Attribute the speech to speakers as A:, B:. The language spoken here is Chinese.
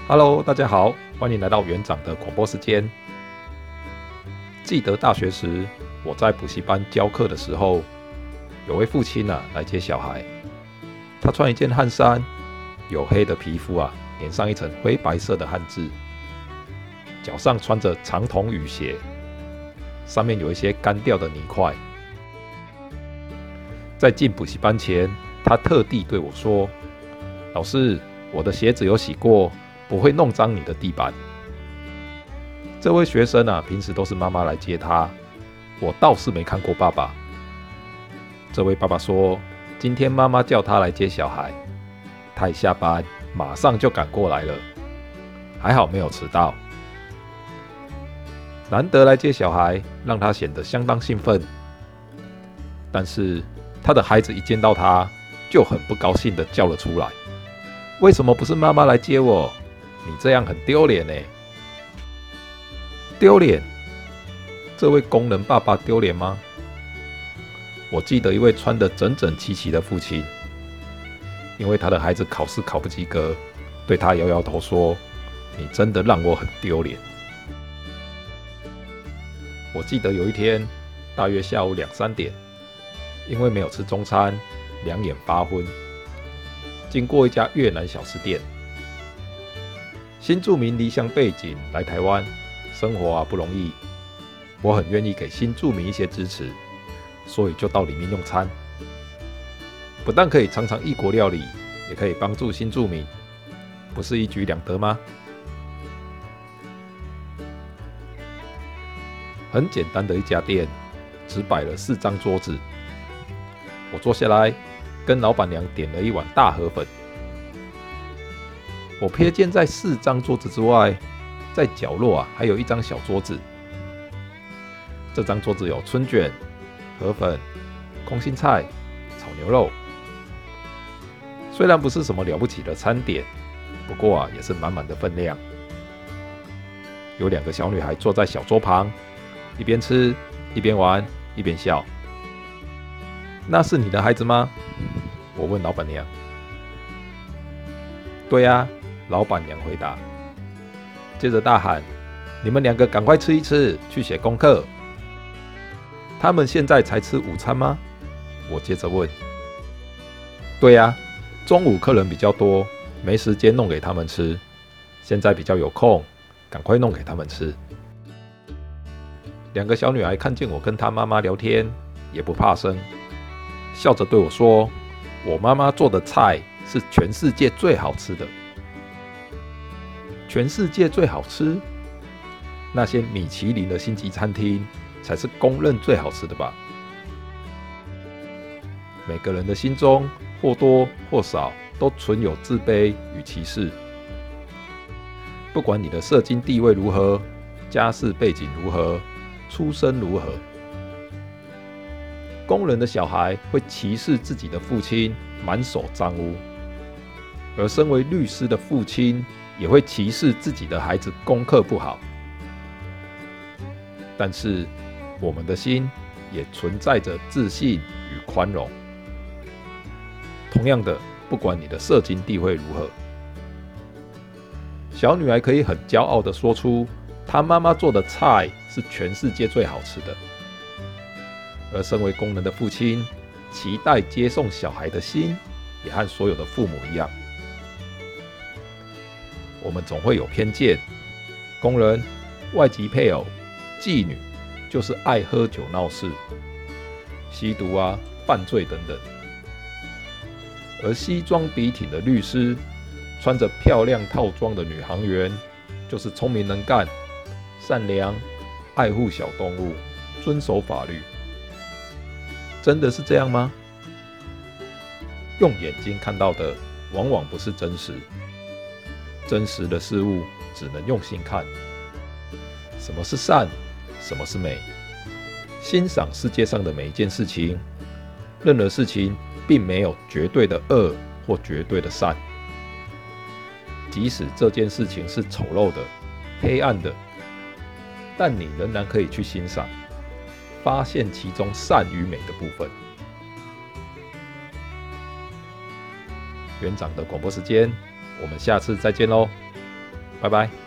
A: Hello，大家好，欢迎来到园长的广播时间。记得大学时，我在补习班教课的时候，有位父亲来接小孩。他穿一件汗衫，黝黑的皮肤粘上一层灰白色的汗渍，脚上穿着长筒雨鞋，上面有一些干掉的泥块。在进补习班前，他特地对我说：“老师，我的鞋子有洗过，不会弄脏你的地板。”这位学生平时都是妈妈来接他，我倒是没看过爸爸。这位爸爸说，今天妈妈叫他来接小孩，他一下班马上就赶过来了，还好没有迟到。难得来接小孩，让他显得相当兴奋。但是他的孩子一见到他，就很不高兴地叫了出来：“为什么不是妈妈来接我？你这样很丢脸呢！”丢脸？这位工人爸爸丢脸吗？我记得一位穿得整整齐齐的父亲，因为他的孩子考试考不及格，对他摇摇头说：“你真的让我很丢脸。”我记得有一天，大约下午2、3点，因为没有吃中餐，两眼发昏，经过一家越南小吃店。新住民离乡背景来台湾，生活不容易，我很愿意给新住民一些支持，所以就到里面用餐。不但可以尝尝异国料理，也可以帮助新住民，不是一举两得吗？很简单的一家店，只摆了4张桌子。我坐下来，跟老板娘点了一碗大河粉。我瞥见在4张桌子之外，在角落还有一张小桌子。这张桌子有春卷、河粉、空心菜、炒牛肉。虽然不是什么了不起的餐点，不过也是满满的分量。有2个小女孩坐在小桌旁，一边吃一边玩一边笑。那是你的孩子吗？我问老板娘。对呀，老板娘回答。接着大喊：“你们2个赶快吃一吃，去写功课。”他们现在才吃午餐吗？我接着问。对呀，中午客人比较多，没时间弄给他们吃，现在比较有空，赶快弄给他们吃。2个小女孩看见我跟她妈妈聊天，也不怕生，笑着对我说：“我妈妈做的菜是全世界最好吃的。”全世界最好吃？那些米其林的星级餐厅才是公认最好吃的吧？每个人的心中或多或少都存有自卑与歧视。不管你的社经地位如何，家世背景如何，出身如何，工人的小孩会歧视自己的父亲满手脏污，而身为律师的父亲也会歧视自己的孩子功课不好。但是我们的心也存在着自信与宽容。同样的，不管你的社经地位如何，小女孩可以很骄傲地说出她妈妈做的菜是全世界最好吃的。而身为工人的父亲，期待接送小孩的心也和所有的父母一样。我们总会有偏见，工人、外籍配偶、妓女就是爱喝酒闹事、吸毒犯罪等等。而西装笔挺的律师，穿着漂亮套装的女行员，就是聪明能干、善良、爱护小动物、遵守法律。真的是这样吗？用眼睛看到的往往不是真实，真实的事物只能用心看。什么是善？什么是美？欣赏世界上的每一件事情，任何事情并没有绝对的恶或绝对的善。即使这件事情是丑陋的、黑暗的，但你仍然可以去欣赏，发现其中善与美的部分。园长的广播时间，我们下次再见喽。 拜拜。